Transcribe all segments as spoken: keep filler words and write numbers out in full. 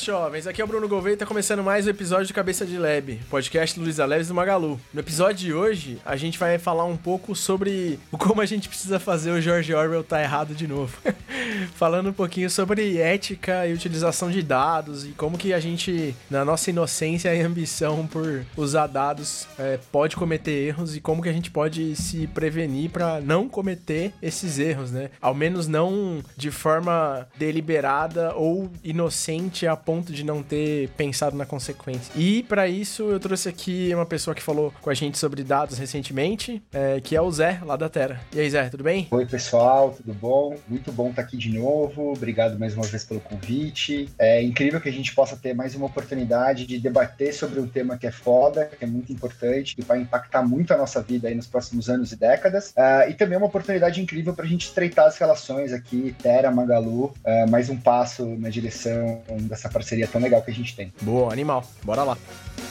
jovens, aqui é o Bruno Gouveia e tá começando mais um episódio do Cabeça de Lab, podcast do Luiza Leves e do Magalu. No episódio de hoje, a gente vai falar um pouco sobre como a gente precisa fazer o George Orwell tá errado de novo. Falando um pouquinho sobre ética e utilização de dados e como que a gente, na nossa inocência e ambição por usar dados, é, pode cometer erros e como que a gente pode se prevenir para não cometer esses erros, né? Ao menos não de forma deliberada ou inocente a ponto de não ter pensado na consequência. E para isso eu trouxe aqui uma pessoa que falou com a gente sobre dados recentemente, é, que é o Zé, lá da Terra. E aí, Zé, tudo bem? Oi, pessoal, tudo bom? Muito bom estar aqui de novo. Obrigado mais uma vez pelo convite. É incrível que a gente possa ter mais uma oportunidade de debater sobre um tema que é foda, que é muito importante, que vai impactar muito a nossa vida aí nos próximos anos e décadas. Uh, e também é uma oportunidade incrível para a gente estreitar as relações aqui, Terra, Magalu, uh, mais um passo na direção dessa parceria tão legal que a gente tem. Boa, animal. Bora lá.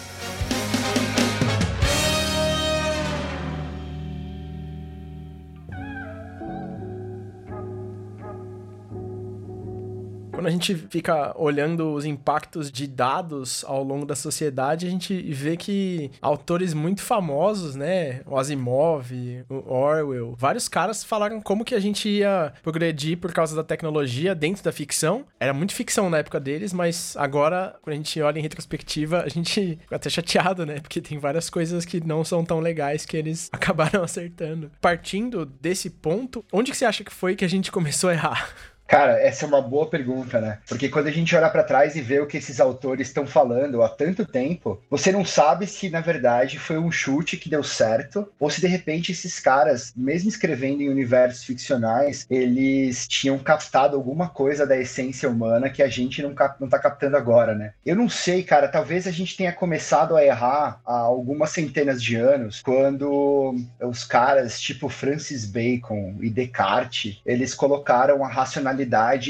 Quando a gente fica olhando os impactos de dados ao longo da sociedade, a gente vê que autores muito famosos, né, o Asimov, o Orwell, vários caras falaram como que a gente ia progredir por causa da tecnologia dentro da ficção. Era muito ficção na época deles, mas agora, quando a gente olha em retrospectiva, a gente fica até chateado, né, porque tem várias coisas que não são tão legais que eles acabaram acertando. Partindo desse ponto, onde que você acha que foi que a gente começou a errar? Cara, essa é uma boa pergunta, né? Porque quando a gente olha para trás e vê o que esses autores estão falando há tanto tempo, você não sabe se, na verdade, foi um chute que deu certo, ou se, de repente, esses caras, mesmo escrevendo em universos ficcionais, eles tinham captado alguma coisa da essência humana que a gente não, cap- não tá captando agora, né? Eu não sei, cara, talvez a gente tenha começado a errar há algumas centenas de anos, quando os caras, tipo Francis Bacon e Descartes, eles colocaram a racionalidade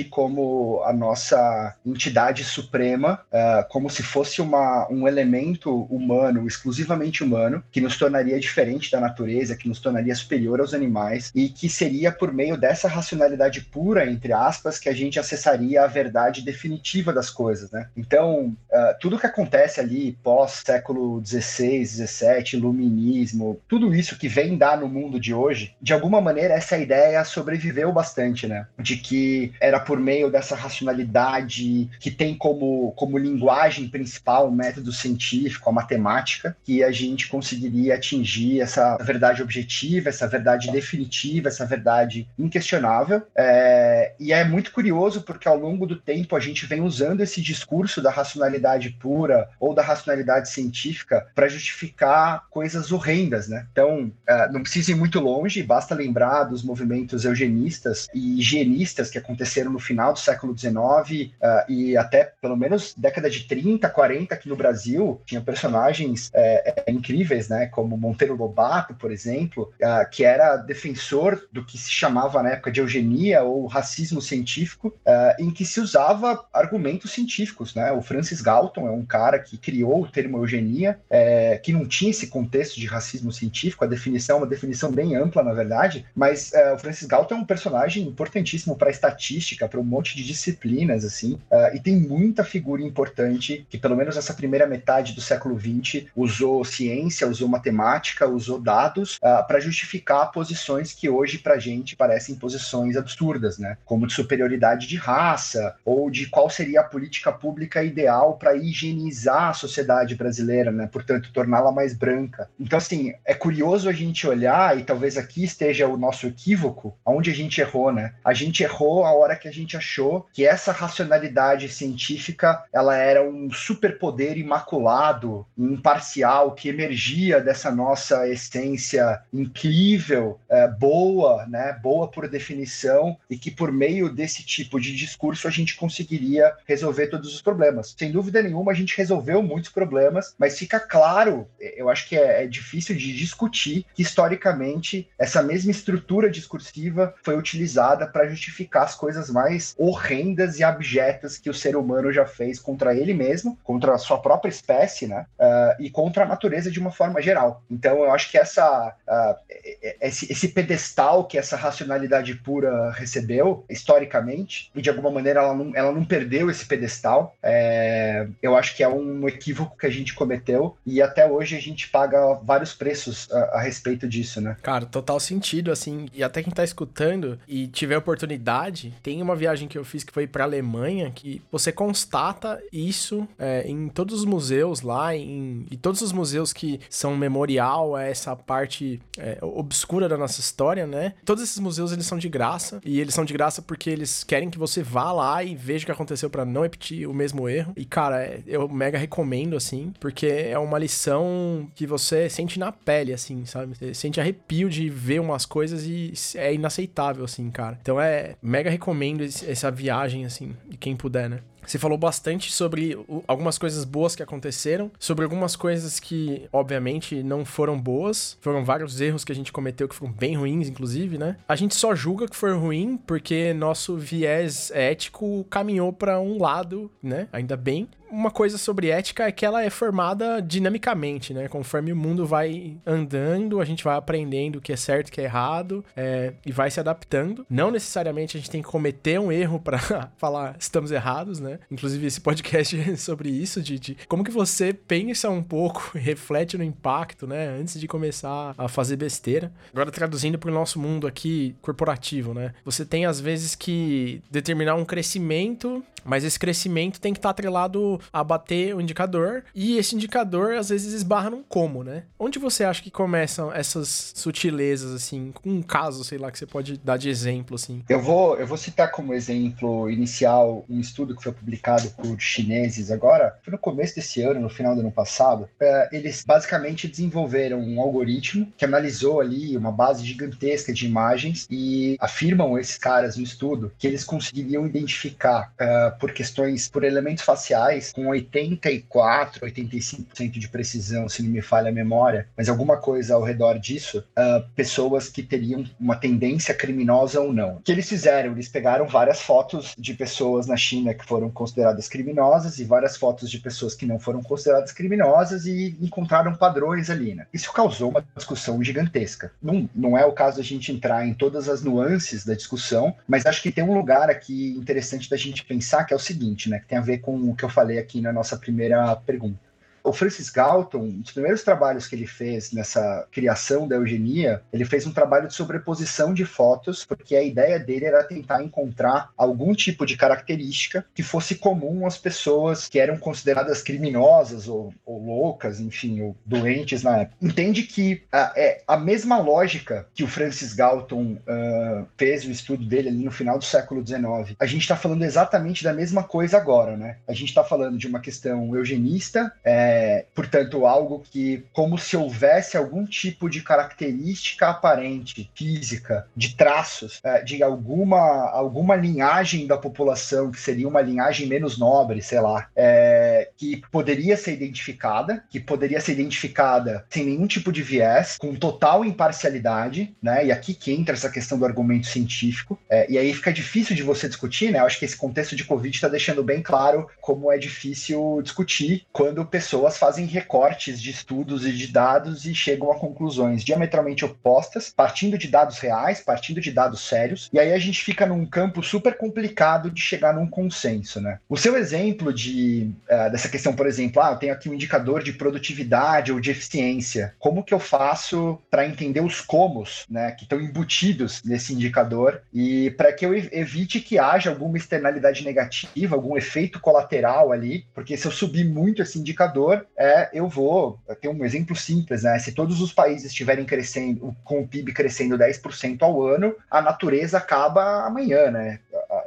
como a nossa entidade suprema, uh, como se fosse uma, um elemento humano, exclusivamente humano, que nos tornaria diferente da natureza, que nos tornaria superior aos animais, e que seria por meio dessa racionalidade pura, entre aspas, que a gente acessaria a verdade definitiva das coisas, né? Então, uh, tudo que acontece ali pós-século dezesseis, dezessete, iluminismo, tudo isso que vem dar no mundo de hoje, de alguma maneira essa ideia sobreviveu bastante, né? De que era por meio dessa racionalidade que tem como, como linguagem principal o método científico, a matemática, que a gente conseguiria atingir essa verdade objetiva, essa verdade definitiva, essa verdade inquestionável. É, e é muito curioso porque ao longo do tempo a gente vem usando esse discurso da racionalidade pura ou da racionalidade científica para justificar coisas horrendas, né? Então, é, não precisa ir muito longe, basta lembrar dos movimentos eugenistas e higienistas que aconteceram no final do século dezenove uh, e até pelo menos década de trinta, quarenta aqui no Brasil, tinha personagens é, é, incríveis, né, como Monteiro Lobato, por exemplo, uh, que era defensor do que se chamava na época de eugenia ou racismo científico, uh, em que se usava argumentos científicos, né? O Francis Galton é um cara que criou o termo eugenia, é, que não tinha esse contexto de racismo científico, a definição é uma definição bem ampla, na verdade, mas uh, o Francis Galton é um personagem importantíssimo para a estatística, para um monte de disciplinas, assim, uh, e tem muita figura importante que, pelo menos nessa primeira metade do século vinte, usou ciência, usou matemática, usou dados uh, para justificar posições que hoje, pra gente, parecem posições absurdas, né? Como de superioridade de raça, ou de qual seria a política pública ideal para higienizar a sociedade brasileira, né? Portanto, torná-la mais branca. Então, assim, é curioso a gente olhar, e talvez aqui esteja o nosso equívoco, onde a gente errou, né? A gente errou a hora que a gente achou que essa racionalidade científica ela era um superpoder imaculado, imparcial, que emergia dessa nossa essência incrível, é, boa, né? Boa por definição, e que por meio desse tipo de discurso a gente conseguiria resolver todos os problemas. Sem dúvida nenhuma, a gente resolveu muitos problemas, mas fica claro, eu acho que é, é difícil de discutir, que historicamente essa mesma estrutura discursiva foi utilizada para justificar as coisas mais horrendas e abjetas que o ser humano já fez contra ele mesmo, contra a sua própria espécie, né? Uh, e contra a natureza de uma forma geral. Então, eu acho que essa, uh, esse, esse pedestal que essa racionalidade pura recebeu, historicamente, e de alguma maneira ela não, ela não perdeu esse pedestal, é, eu acho que é um equívoco que a gente cometeu, e até hoje a gente paga vários preços a, a respeito disso, né? Cara, total sentido, assim, e até quem tá escutando e tiver oportunidade, tem uma viagem que eu fiz que foi pra Alemanha, que você constata isso é, em todos os museus lá, em, e todos os museus que são memorial a essa parte é, obscura da nossa história, né? Todos esses museus, eles são de graça, e eles são de graça porque eles querem que você vá lá e veja o que aconteceu pra não repetir o mesmo erro. E, cara, eu mega recomendo, assim, porque é uma lição que você sente na pele, assim, sabe? Você sente arrepio de ver umas coisas e é inaceitável, assim, cara. Então é mega recomendo esse, essa viagem, assim, de quem puder, né? Você falou bastante sobre o, algumas coisas boas que aconteceram, sobre algumas coisas que, obviamente, não foram boas. Foram vários erros que a gente cometeu que foram bem ruins, inclusive, né? A gente só julga que foi ruim porque nosso viés ético caminhou para um lado, né? Ainda bem. Uma coisa sobre ética é que ela é formada dinamicamente, né? Conforme o mundo vai andando, a gente vai aprendendo o que é certo e o que é errado, é, e vai se adaptando. Não necessariamente a gente tem que cometer um erro para falar estamos errados, né? Inclusive esse podcast é sobre isso, de, de como que você pensa um pouco, reflete no impacto, né? Antes de começar a fazer besteira. Agora traduzindo para o nosso mundo aqui corporativo, né? Você tem às vezes que determinar um crescimento, mas esse crescimento tem que estar atrelado a bater o indicador, e esse indicador às vezes esbarra num como, né? Onde você acha que começam essas sutilezas, assim, com um caso, sei lá, que você pode dar de exemplo, assim? Eu vou, eu vou citar como exemplo inicial um estudo que foi publicado por chineses agora, foi no começo desse ano, no final do ano passado. É, eles basicamente desenvolveram um algoritmo que analisou ali uma base gigantesca de imagens e afirmam esses caras no estudo que eles conseguiriam identificar uh, por questões, por elementos faciais, com oitenta e quatro, oitenta e cinco por cento de precisão, se não me falha a memória, mas alguma coisa ao redor disso, uh, pessoas que teriam uma tendência criminosa ou não. O que eles fizeram? Eles pegaram várias fotos de pessoas na China que foram consideradas criminosas e várias fotos de pessoas que não foram consideradas criminosas e encontraram padrões ali, né? Isso causou uma discussão gigantesca. Não, não é o caso da gente entrar em todas as nuances da discussão, mas acho que tem um lugar aqui interessante da gente pensar, que é o seguinte, né? Que tem a ver com o que eu falei aqui na nossa primeira pergunta. O Francis Galton, um dos primeiros trabalhos que ele fez nessa criação da eugenia, ele fez um trabalho de sobreposição de fotos, porque a ideia dele era tentar encontrar algum tipo de característica que fosse comum às pessoas que eram consideradas criminosas ou, ou loucas, enfim, ou doentes na época. Entende que a, é a mesma lógica que o Francis Galton uh, fez o estudo dele ali no final do século dezenove. A gente está falando exatamente da mesma coisa agora, né? A gente está falando de uma questão eugenista, é, É, portanto, algo que, como se houvesse algum tipo de característica aparente, física, de traços, é, de alguma, alguma linhagem da população, que seria uma linhagem menos nobre, sei lá, é, que poderia ser identificada, que poderia ser identificada sem nenhum tipo de viés, com total imparcialidade, né? E aqui que entra essa questão do argumento científico, é, e aí fica difícil de você discutir, né? Eu acho que esse contexto de Covid está deixando bem claro como é difícil discutir quando pessoas fazem recortes de estudos e de dados e chegam a conclusões diametralmente opostas, partindo de dados reais, partindo de dados sérios, e aí a gente fica num campo super complicado de chegar num consenso, né? O seu exemplo de, uh, dessa questão, por exemplo, ah, eu tenho aqui um indicador de produtividade ou de eficiência, como que eu faço para entender os comos, né, que estão embutidos nesse indicador e para que eu evite que haja alguma externalidade negativa, algum efeito colateral ali, porque se eu subir muito esse indicador, é, eu vou ter um exemplo simples, né? Se todos os países estiverem crescendo, com o P I B crescendo dez por cento ao ano, a natureza acaba amanhã, né?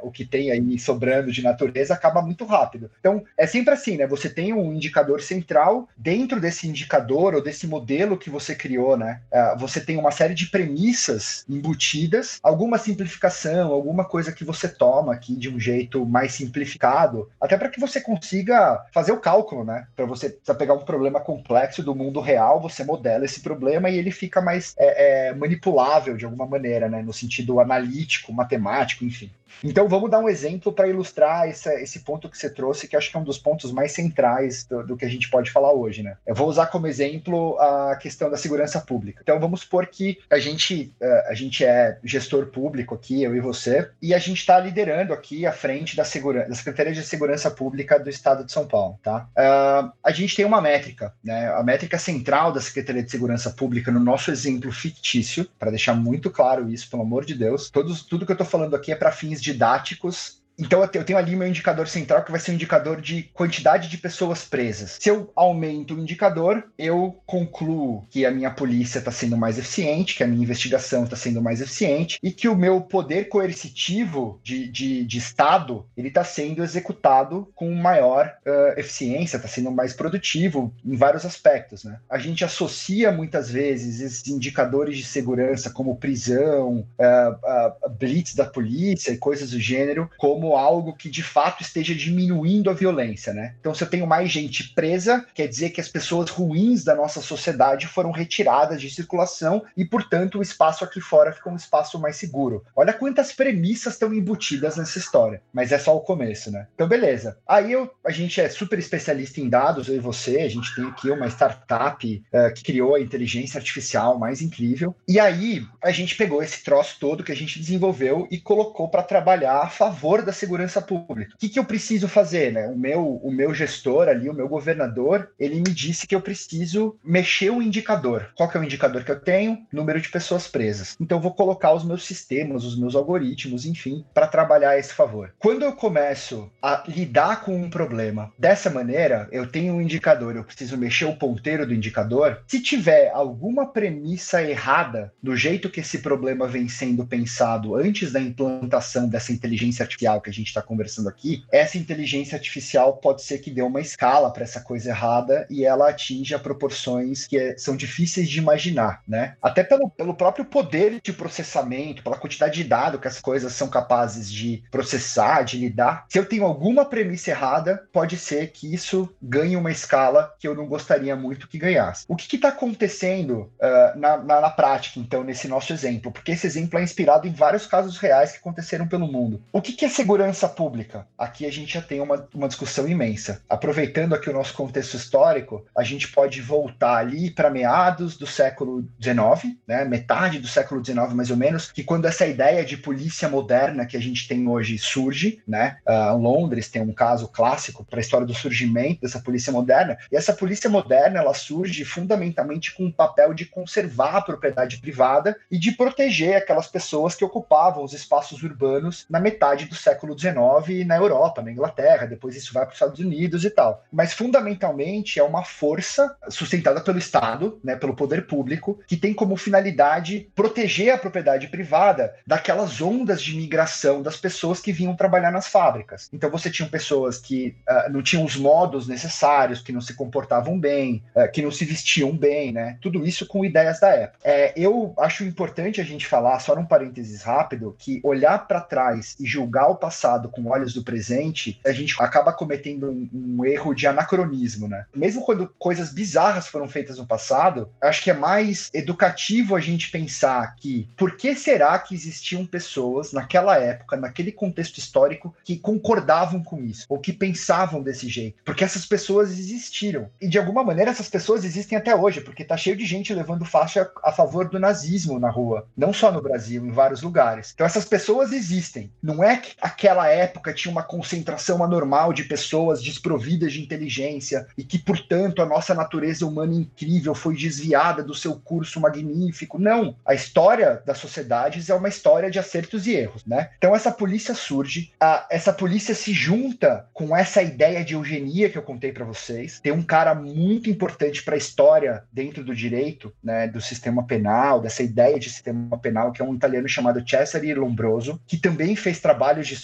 o que tem aí sobrando de natureza acaba muito rápido. Então, é sempre assim, né? Você tem um indicador central, dentro desse indicador ou desse modelo que você criou, né? Uh, você tem uma série de premissas embutidas, alguma simplificação, alguma coisa que você toma aqui de um jeito mais simplificado, até para que você consiga fazer o cálculo, né? Para você precisa pegar um problema complexo do mundo real, você modela esse problema e ele fica mais é, é, manipulável de alguma maneira, né? No sentido analítico, matemático, enfim. Então vamos dar um exemplo para ilustrar esse, esse ponto que você trouxe, que acho que é um dos pontos mais centrais do, do que a gente pode falar hoje, né? Eu vou usar como exemplo a questão da segurança pública. Então vamos supor que a gente, a gente é gestor público aqui, eu e você, e a gente está liderando aqui à frente da, segura, da Secretaria de Segurança Pública do Estado de São Paulo, tá? Uh, a gente tem uma métrica, né? A métrica central da Secretaria de Segurança Pública, no nosso exemplo fictício, para deixar muito claro isso, pelo amor de Deus, todos, tudo que eu estou falando aqui é para fins didáticos. Então eu tenho ali meu indicador central, que vai ser um indicador de quantidade de pessoas presas. Se eu aumento o indicador, eu concluo que a minha polícia está sendo mais eficiente, que a minha investigação está sendo mais eficiente e que o meu poder coercitivo de, de, de Estado ele está sendo executado com maior uh, eficiência, está sendo mais produtivo em vários aspectos, né? A gente associa muitas vezes esses indicadores de segurança como prisão, uh, uh, blitz da polícia e coisas do gênero como algo que de fato esteja diminuindo a violência, né? Então, se eu tenho mais gente presa, quer dizer que as pessoas ruins da nossa sociedade foram retiradas de circulação e, portanto, o espaço aqui fora fica um espaço mais seguro. Olha quantas premissas estão embutidas nessa história, mas é só o começo, né? Então, beleza. Aí eu, a gente é super especialista em dados, eu e você, a gente tem aqui uma startup uh, que criou a inteligência artificial mais incrível, e aí a gente pegou esse troço todo que a gente desenvolveu e colocou para trabalhar a favor da segurança pública. O que, que eu preciso fazer, né? O meu, o meu gestor ali, o meu governador, ele me disse que eu preciso mexer o indicador. Qual que é o indicador que eu tenho? Número de pessoas presas. Então, eu vou colocar os meus sistemas, os meus algoritmos, enfim, para trabalhar a esse favor. Quando eu começo a lidar com um problema dessa maneira, eu tenho um indicador, eu preciso mexer o ponteiro do indicador. Se tiver alguma premissa errada do jeito que esse problema vem sendo pensado antes da implantação dessa inteligência artificial que a gente está conversando aqui, essa inteligência artificial pode ser que dê uma escala para essa coisa errada e ela atinja proporções que é, são difíceis de imaginar, né? Até pelo, pelo próprio poder de processamento, pela quantidade de dados que as coisas são capazes de processar, de lidar. Se eu tenho alguma premissa errada, pode ser que isso ganhe uma escala que eu não gostaria muito que ganhasse. O que está acontecendo uh, na, na, na prática, então, nesse nosso exemplo? Porque esse exemplo é inspirado em vários casos reais que aconteceram pelo mundo. O que, que é segurança pública? Aqui a gente já tem uma, uma discussão imensa. Aproveitando aqui o nosso contexto histórico, a gente pode voltar ali para meados do século dezenove, né, metade do século dezenove mais ou menos, que quando essa ideia de polícia moderna que a gente tem hoje surge, né, uh, Londres tem um caso clássico para a história do surgimento dessa polícia moderna, e essa polícia moderna ela surge fundamentalmente com o papel de conservar a propriedade privada e de proteger aquelas pessoas que ocupavam os espaços urbanos na metade do século dezenove na Europa, na Inglaterra, depois isso vai para os Estados Unidos e tal. Mas fundamentalmente é uma força sustentada pelo Estado, né, pelo poder público, que tem como finalidade proteger a propriedade privada daquelas ondas de migração das pessoas que vinham trabalhar nas fábricas. Então você tinha pessoas que uh, não tinham os modos necessários, que não se comportavam bem, uh, que não se vestiam bem, né? Tudo isso com ideias da época. É, eu acho importante a gente falar, só num parênteses rápido, que olhar para trás e julgar o passado com olhos do presente, a gente acaba cometendo um, um erro de anacronismo, né? Mesmo quando coisas bizarras foram feitas no passado, acho que é mais educativo a gente pensar que por que será que existiam pessoas naquela época, naquele contexto histórico, que concordavam com isso, ou que pensavam desse jeito? Porque essas pessoas existiram. E de alguma maneira essas pessoas existem até hoje, porque tá cheio de gente levando faixa a favor do nazismo na rua. Não só no Brasil, em vários lugares. Então essas pessoas existem. Não é que aquela época tinha uma concentração anormal de pessoas desprovidas de inteligência e que, portanto, a nossa natureza humana incrível foi desviada do seu curso magnífico. Não. A história das sociedades é uma história de acertos e erros, né? Então essa polícia surge, a, essa polícia se junta com essa ideia de eugenia que eu contei para vocês. Tem um cara muito importante para a história dentro do direito, né, do sistema penal, dessa ideia de sistema penal, que é um italiano chamado Cesare Lombroso, que também fez trabalhos de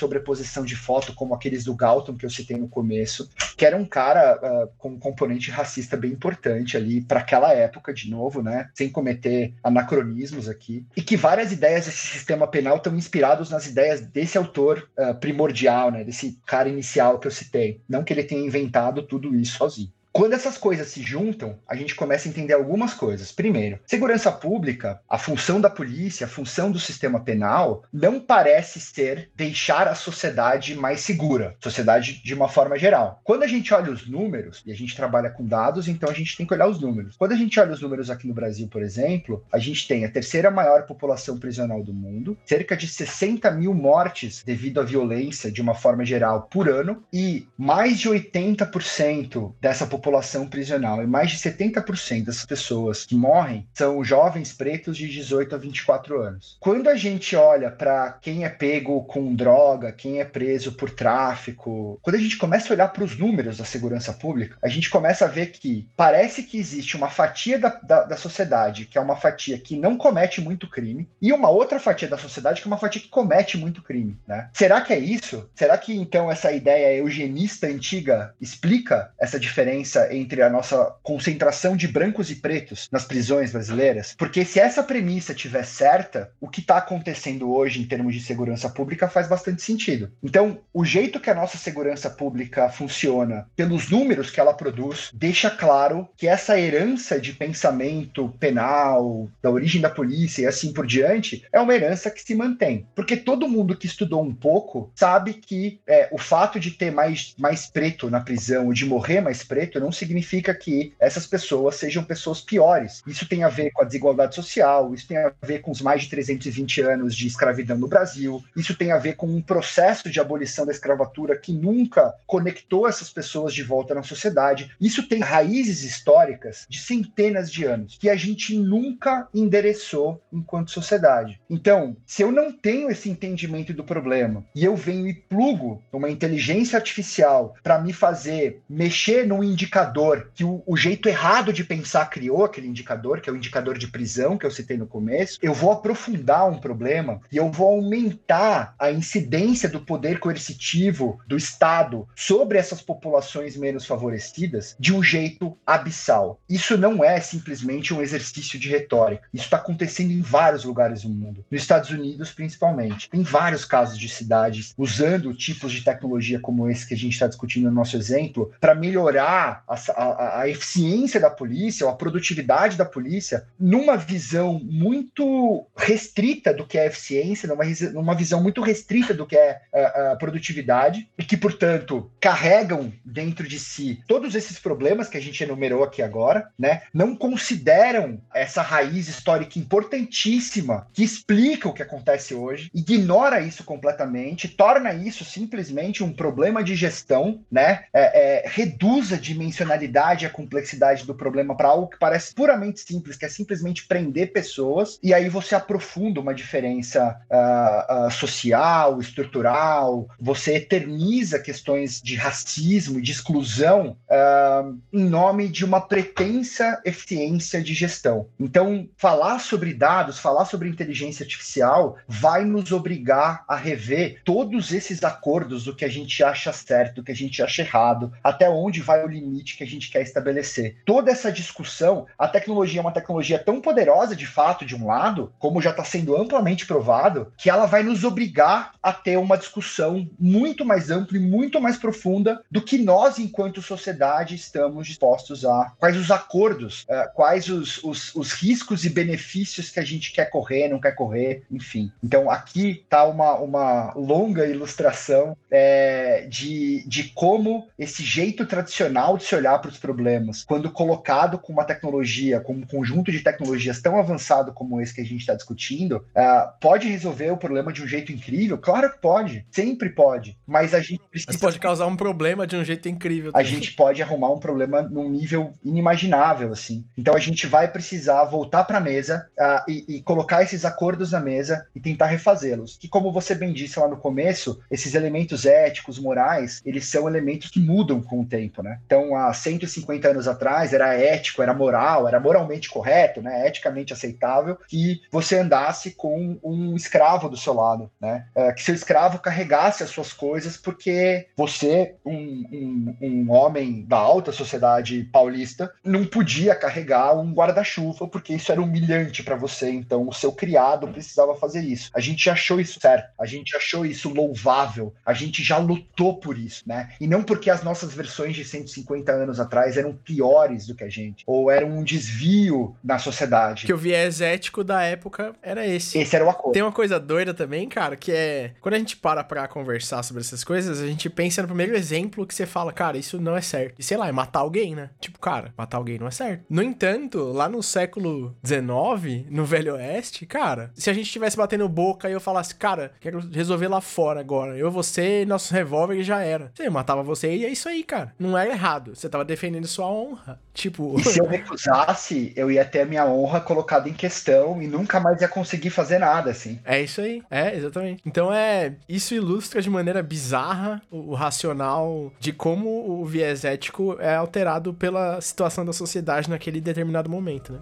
sobreposição de foto, como aqueles do Galton que eu citei no começo, que era um cara uh, com um componente racista bem importante ali para aquela época, de novo, né? Sem cometer anacronismos aqui. E que várias ideias desse sistema penal estão inspirados nas ideias desse autor uh, primordial, né? Desse cara inicial que eu citei. Não que ele tenha inventado tudo isso sozinho. Quando essas coisas se juntam, a gente começa a entender algumas coisas. Primeiro, segurança pública, a função da polícia, a função do sistema penal, não parece ser deixar a sociedade mais segura, sociedade de uma forma geral. Quando a gente olha os números, e a gente trabalha com dados, então a gente tem que olhar os números. Quando a gente olha os números aqui no Brasil, por exemplo, a gente tem a terceira maior população prisional do mundo, cerca de sessenta mil mortes devido à violência de uma forma geral por ano, e mais de oitenta por cento dessa população população prisional, e mais de setenta por cento das pessoas que morrem são jovens pretos de dezoito a vinte e quatro anos. Quando a gente olha para quem é pego com droga, quem é preso por tráfico, quando a gente começa a olhar para os números da segurança pública, a gente começa a ver que parece que existe uma fatia da, da, da sociedade, que é uma fatia que não comete muito crime, e uma outra fatia da sociedade que é uma fatia que comete muito crime, né? Será que é isso? Será que então essa ideia eugenista antiga explica essa diferença entre a nossa concentração de brancos e pretos nas prisões brasileiras? Porque se essa premissa estiver certa, o que está acontecendo hoje em termos de segurança pública faz bastante sentido. Então, o jeito que a nossa segurança pública funciona, pelos números que ela produz, deixa claro que essa herança de pensamento penal, da origem da polícia e assim por diante, é uma herança que se mantém. Porque todo mundo que estudou um pouco sabe que é, o fato de ter mais, mais preto na prisão, ou de morrer mais preto, não significa que essas pessoas sejam pessoas piores. Isso tem a ver com a desigualdade social, isso tem a ver com os mais de trezentos e vinte anos de escravidão no Brasil, isso tem a ver com um processo de abolição da escravatura que nunca conectou essas pessoas de volta na sociedade. Isso tem raízes históricas de centenas de anos, que a gente nunca endereçou enquanto sociedade. Então, se eu não tenho esse entendimento do problema, e eu venho e plugo uma inteligência artificial para me fazer mexer num indicador que o, o jeito errado de pensar criou aquele indicador, que é o indicador de prisão que eu citei no começo, eu vou aprofundar um problema e eu vou aumentar a incidência do poder coercitivo do Estado sobre essas populações menos favorecidas de um jeito abissal. Isso não é simplesmente um exercício de retórica. Isso está acontecendo em vários lugares do mundo. Nos Estados Unidos, principalmente. Tem vários casos de cidades usando tipos de tecnologia como esse que a gente está discutindo no nosso exemplo para melhorar A, a, a eficiência da polícia, ou a produtividade da polícia, numa visão muito restrita do que é eficiência, numa, numa visão muito restrita do que é a, a produtividade, e que, portanto, carregam dentro de si todos esses problemas que a gente enumerou aqui agora, né? Não consideram essa raiz histórica importantíssima que explica o que acontece hoje, ignora isso completamente, torna isso simplesmente um problema de gestão, né? É, é, reduz a dimensão e a complexidade do problema para algo que parece puramente simples, que é simplesmente prender pessoas, e aí você aprofunda uma diferença uh, uh, social, estrutural, você eterniza questões de racismo e de exclusão uh, em nome de uma pretensa eficiência de gestão. Então, falar sobre dados, falar sobre inteligência artificial vai nos obrigar a rever todos esses acordos do que a gente acha certo, do que a gente acha errado, até onde vai o limite que a gente quer estabelecer. Toda essa discussão, a tecnologia é uma tecnologia tão poderosa, de fato, de um lado, como já está sendo amplamente provado, que ela vai nos obrigar a ter uma discussão muito mais ampla e muito mais profunda do que nós, enquanto sociedade, estamos dispostos a. Quais os acordos, uh, quais os, os, os riscos e benefícios que a gente quer correr, não quer correr, enfim. Então, aqui está uma, uma longa ilustração é, de, de como esse jeito tradicional de se olhar para os problemas, quando colocado com uma tecnologia, com um conjunto de tecnologias tão avançado como esse que a gente está discutindo, uh, pode resolver o problema de um jeito incrível? Claro que pode, sempre pode, mas a gente precisa... Mas pode causar um problema de um jeito incrível também. A gente pode arrumar um problema num nível inimaginável, assim. Então a gente vai precisar voltar para a mesa uh, e, e colocar esses acordos na mesa e tentar refazê-los. Que, como você bem disse lá no começo, esses elementos elementos éticos, morais, eles são elementos que mudam com o tempo, né? Então, há cento e cinquenta anos atrás, era ético, era moral, era moralmente correto, né? Eticamente aceitável que você andasse com um escravo do seu lado, né? É, que seu escravo carregasse as suas coisas porque você, um, um, um homem da alta sociedade paulista, não podia carregar um guarda-chuva porque isso era humilhante para você, então o seu criado precisava fazer isso. A gente achou isso certo, a gente achou isso louvável, a gente já lutou por isso, né? E não porque as nossas versões de cento e cinquenta anos atrás eram piores do que a gente, ou eram um desvio na sociedade. Que o viés ético da época era esse. Esse era o acordo. Tem uma coisa doida também, cara, que é... Quando a gente para pra conversar sobre essas coisas, a gente pensa no primeiro exemplo que você fala, cara, isso não é certo. E sei lá, é matar alguém, né? Tipo, cara, matar alguém não é certo. No entanto, lá no século dezenove, no Velho Oeste, cara, se a gente estivesse batendo boca e eu falasse, cara, quero resolver lá fora agora. Eu, você, nosso revólver e já era. Você matava você e é isso aí, cara. Não era errado. Você tava defendendo sua honra. Tipo... E se eu recusasse, eu ia ter a minha honra colocada em questão e nunca mais ia conseguir fazer nada, assim. É isso aí. É, exatamente. Então é... Isso ilustra de maneira bizarra o, o racional de como o viés ético é alterado pela situação da sociedade naquele determinado momento, né?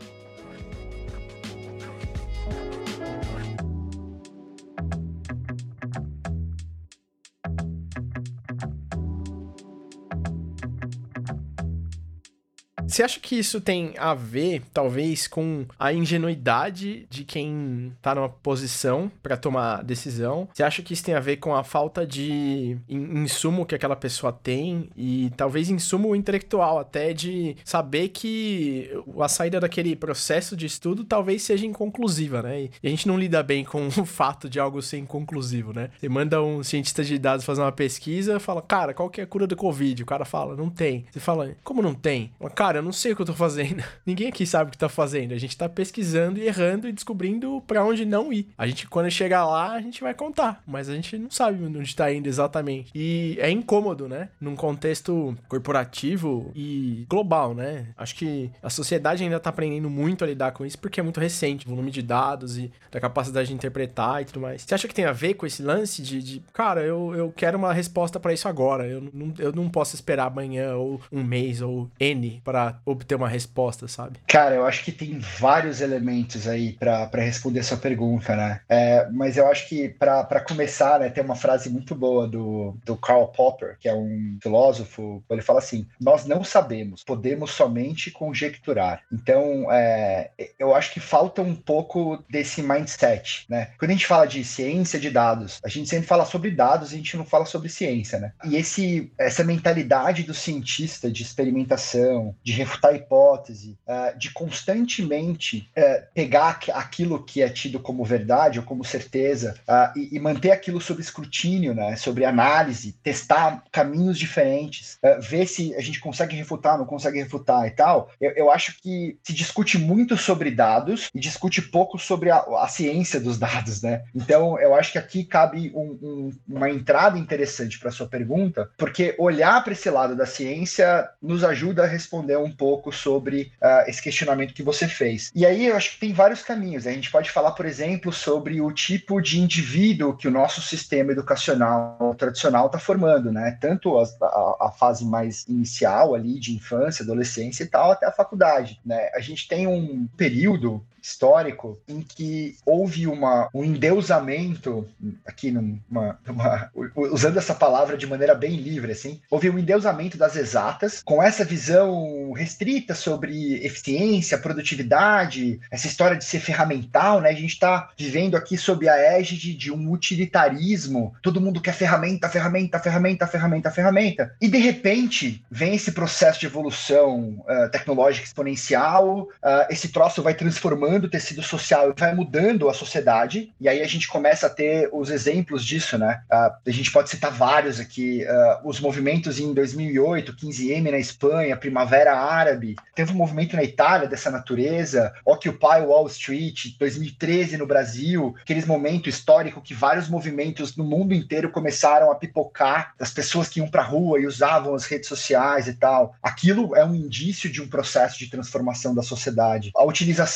Você acha que isso tem a ver, talvez, com a ingenuidade de quem tá numa posição pra tomar decisão? Você acha que isso tem a ver com a falta de insumo que aquela pessoa tem e talvez insumo intelectual até de saber que a saída daquele processo de estudo talvez seja inconclusiva, né? E a gente não lida bem com o fato de algo ser inconclusivo, né? Você manda um cientista de dados fazer uma pesquisa, fala, cara, qual que é a cura do Covid? O cara fala, não tem. Você fala, como não tem? Fala, cara, eu não sei o que eu tô fazendo. Ninguém aqui sabe o que tá fazendo. A gente tá pesquisando e errando e descobrindo pra onde não ir. A gente, quando chegar lá, a gente vai contar. Mas a gente não sabe onde tá indo exatamente. E é incômodo, né? Num contexto corporativo e global, né? Acho que a sociedade ainda tá aprendendo muito a lidar com isso porque é muito recente. O volume de dados e da capacidade de interpretar e tudo mais. Você acha que tem a ver com esse lance de, de cara, eu, eu quero uma resposta pra isso agora. Eu não, eu não posso esperar amanhã ou um mês ou N pra obter uma resposta, sabe? Cara, eu acho que tem vários elementos aí pra, pra responder a sua pergunta, né? É, mas eu acho que pra, pra começar, né, tem uma frase muito boa do, do Karl Popper, que é um filósofo, ele fala assim, nós não sabemos, podemos somente conjecturar. Então, é, eu acho que falta um pouco desse mindset, né? Quando a gente fala de ciência de dados, a gente sempre fala sobre dados, a gente não fala sobre ciência, né? E esse, essa mentalidade do cientista de experimentação, de refutar a hipótese, uh, de constantemente uh, pegar aquilo que é tido como verdade ou como certeza uh, e, e manter aquilo sob escrutínio, né, sobre análise, testar caminhos diferentes, uh, ver se a gente consegue refutar, não consegue refutar e tal, eu, eu acho que se discute muito sobre dados e discute pouco sobre a, a ciência dos dados, né? Então, eu acho que aqui cabe um, um, uma entrada interessante para a sua pergunta, porque olhar para esse lado da ciência nos ajuda a responder um pouco sobre uh, esse questionamento que você fez. E aí eu acho que tem vários caminhos. A gente pode falar, por exemplo, sobre o tipo de indivíduo que o nosso sistema educacional tradicional está formando, né? Tanto a, a, a fase mais inicial ali, de infância, adolescência e tal, até a faculdade, né? A gente tem um período histórico em que houve uma, um endeusamento, aqui numa, numa, usando essa palavra de maneira bem livre, assim, houve um endeusamento das exatas, com essa visão restrita sobre eficiência, produtividade, essa história de ser ferramental, né? A gente está vivendo aqui sob a égide de um utilitarismo, todo mundo quer ferramenta, ferramenta, ferramenta, ferramenta, ferramenta, e de repente vem esse processo de evolução uh, tecnológica exponencial, uh, esse troço vai transformando o tecido social e vai mudando a sociedade, e aí a gente começa a ter os exemplos disso, né? Uh, a gente pode citar vários aqui, uh, os movimentos em dois mil e oito, quinze eme na Espanha, Primavera Árabe, teve um movimento na Itália dessa natureza, Occupy Wall Street, dois mil e treze no Brasil, aqueles momentos históricos que vários movimentos no mundo inteiro começaram a pipocar, das pessoas que iam pra rua e usavam as redes sociais e tal. Aquilo é um indício de um processo de transformação da sociedade. A utilização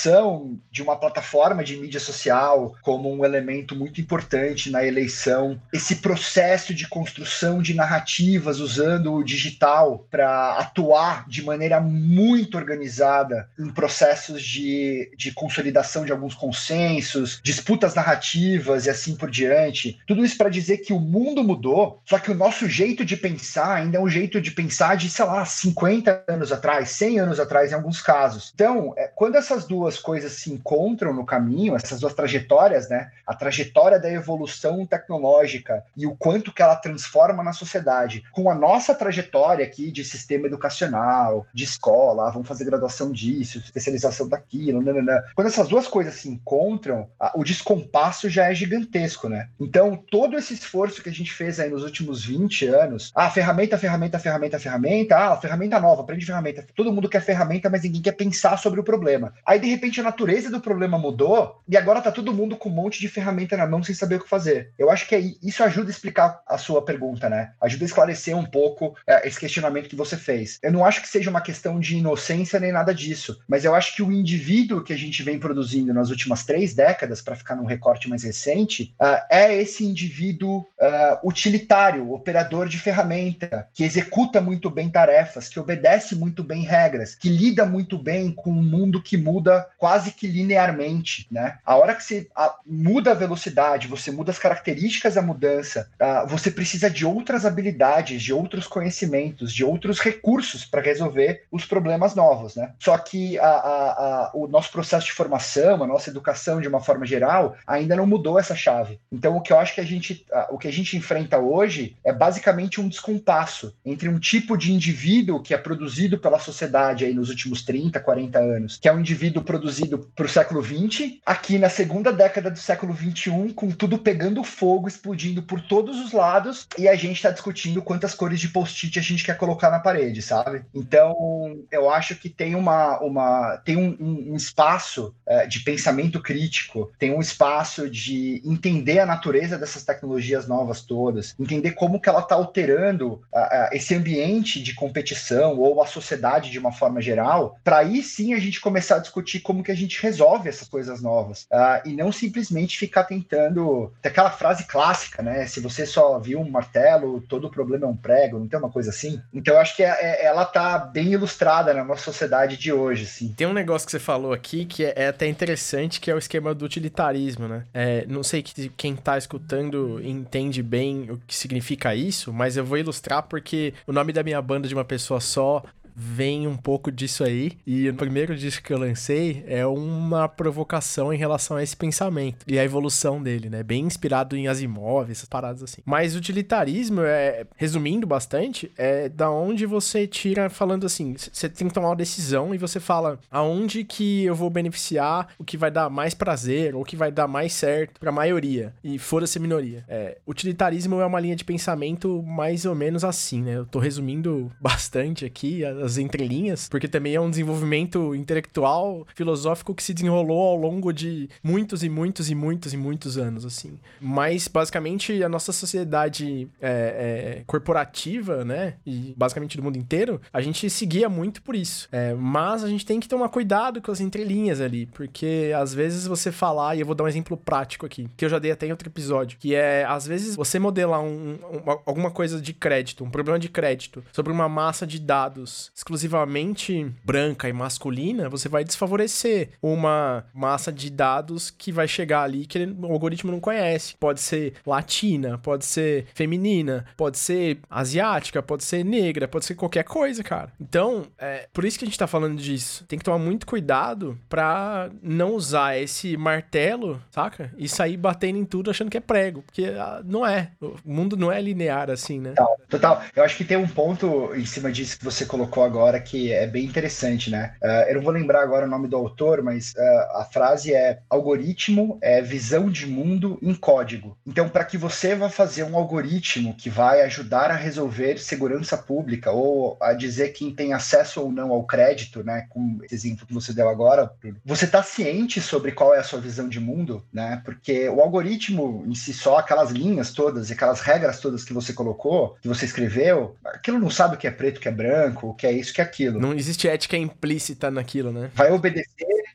utilização de uma plataforma de mídia social como um elemento muito importante na eleição, esse processo de construção de narrativas usando o digital para atuar de maneira muito organizada em processos de, de consolidação de alguns consensos, disputas narrativas e assim por diante. Tudo isso para dizer que o mundo mudou, só que o nosso jeito de pensar ainda é um jeito de pensar de, sei lá, cinquenta anos atrás, cem anos atrás em alguns casos. Então, é, quando essas duas coisas se encontram no caminho, essas duas trajetórias, né, a trajetória da evolução tecnológica e o quanto que ela transforma na sociedade, com a nossa trajetória aqui de sistema educacional, de escola, ah, vamos fazer graduação disso, especialização daquilo, nanana. Quando essas duas coisas se encontram, ah, o descompasso já é gigantesco, né? Então, todo esse esforço que a gente fez aí nos últimos vinte anos, ah, ferramenta, ferramenta, ferramenta, ferramenta, ah, ferramenta nova, aprende ferramenta. Todo mundo quer ferramenta, mas ninguém quer pensar sobre o problema. Aí, de repente, a natureza do problema mudou e agora tá todo mundo com um monte de ferramenta na mão sem saber o que fazer. Eu acho que é, isso ajuda a explicar a sua pergunta, né? Ajuda a esclarecer um pouco é, esse questionamento que você fez. Eu não acho que seja uma questão de inocência nem nada disso, mas eu acho que o indivíduo que a gente vem produzindo nas últimas três décadas, para ficar num recorte mais recente, uh, é esse indivíduo uh, utilitário, operador de ferramenta, que executa muito bem tarefas, que obedece muito bem regras, que lida muito bem com um mundo que muda quase que linearmente, né? A hora que você a, muda a velocidade, você muda as características da mudança, uh, você precisa de outras habilidades, de outros conhecimentos, de outros recursos para resolver os problemas novos, né? Só que a, a, a, o nosso processo de formação, a nossa educação de uma forma geral, ainda não mudou essa chave. Então, o que eu acho que a gente, o que a gente enfrenta hoje é basicamente um descompasso entre um tipo de indivíduo que é produzido pela sociedade aí nos últimos trinta, quarenta anos, que é um indivíduo produzido para o século vinte, aqui na segunda década do século vinte e um, com tudo pegando fogo, explodindo por todos os lados, e a gente está discutindo quantas cores de post-it a gente quer colocar na parede, sabe? Então, eu acho que tem uma, uma tem um, um, um espaço é, de pensamento crítico, tem um espaço de entender a natureza dessas tecnologias novas todas, entender como que ela está alterando uh, uh, esse ambiente de competição ou a sociedade de uma forma geral, para aí sim a gente começar a discutir como que a gente resolve essas coisas novas, uh, e não simplesmente ficar tentando, tem aquela frase clássica, né, se você só viu um martelo, todo problema é um prego, não tem uma coisa assim? Então eu acho que é, é, ela tá bem ilustrada na nossa sociedade de hoje, assim. Tem um negócio que você falou aqui que é, é até interessante, que é o esquema do utilitarismo, né? É, não sei que quem tá escutando entende bem o que significa isso, mas eu vou ilustrar porque o nome da minha banda de uma pessoa só vem um pouco disso aí, e o primeiro disco que eu lancei é uma provocação em relação a esse pensamento e a evolução dele, né, bem inspirado em Asimov, essas paradas assim. Mas utilitarismo, é, resumindo bastante, é da onde você tira, falando assim, você tem que tomar uma decisão e você fala aonde que eu vou beneficiar, o que vai dar mais prazer, ou o que vai dar mais certo pra maioria, e foda-se a minoria. É, utilitarismo é uma linha de pensamento mais ou menos assim, né, eu tô resumindo bastante aqui as entrelinhas, porque também é um desenvolvimento intelectual, filosófico que se desenrolou ao longo de muitos e muitos e muitos e muitos anos, assim. Mas, basicamente, a nossa sociedade é, é, corporativa, né, e basicamente do mundo inteiro, a gente seguia muito por isso. É, mas a gente tem que tomar cuidado com as entrelinhas ali, porque às vezes você falar, e eu vou dar um exemplo prático aqui, que eu já dei até em outro episódio, que é, às vezes, você modelar um, um, alguma coisa de crédito, um problema de crédito, sobre uma massa de dados exclusivamente branca e masculina, você vai desfavorecer uma massa de dados que vai chegar ali que ele, o algoritmo não conhece. Pode ser latina, pode ser feminina, pode ser asiática, pode ser negra, pode ser qualquer coisa, cara. Então, é por isso que a gente tá falando disso. Tem que tomar muito cuidado pra não usar esse martelo, saca? E sair batendo em tudo achando que é prego, porque ah, não é. O mundo não é linear assim, né? Total, total. Eu acho que tem um ponto em cima disso que você colocou agora que é bem interessante, né? Uh, eu não vou lembrar agora o nome do autor, mas uh, a frase é: algoritmo é visão de mundo em código. Então, para que você vá fazer um algoritmo que vai ajudar a resolver segurança pública ou a dizer quem tem acesso ou não ao crédito, né? Com esse exemplo que você deu agora, você está ciente sobre qual é a sua visão de mundo, né? Porque o algoritmo em si só, aquelas linhas todas e aquelas regras todas que você colocou, que você escreveu, aquilo não sabe o que é preto, o que é branco, o que é isso, o que é aquilo. Não existe ética implícita naquilo, né? Vai obedecer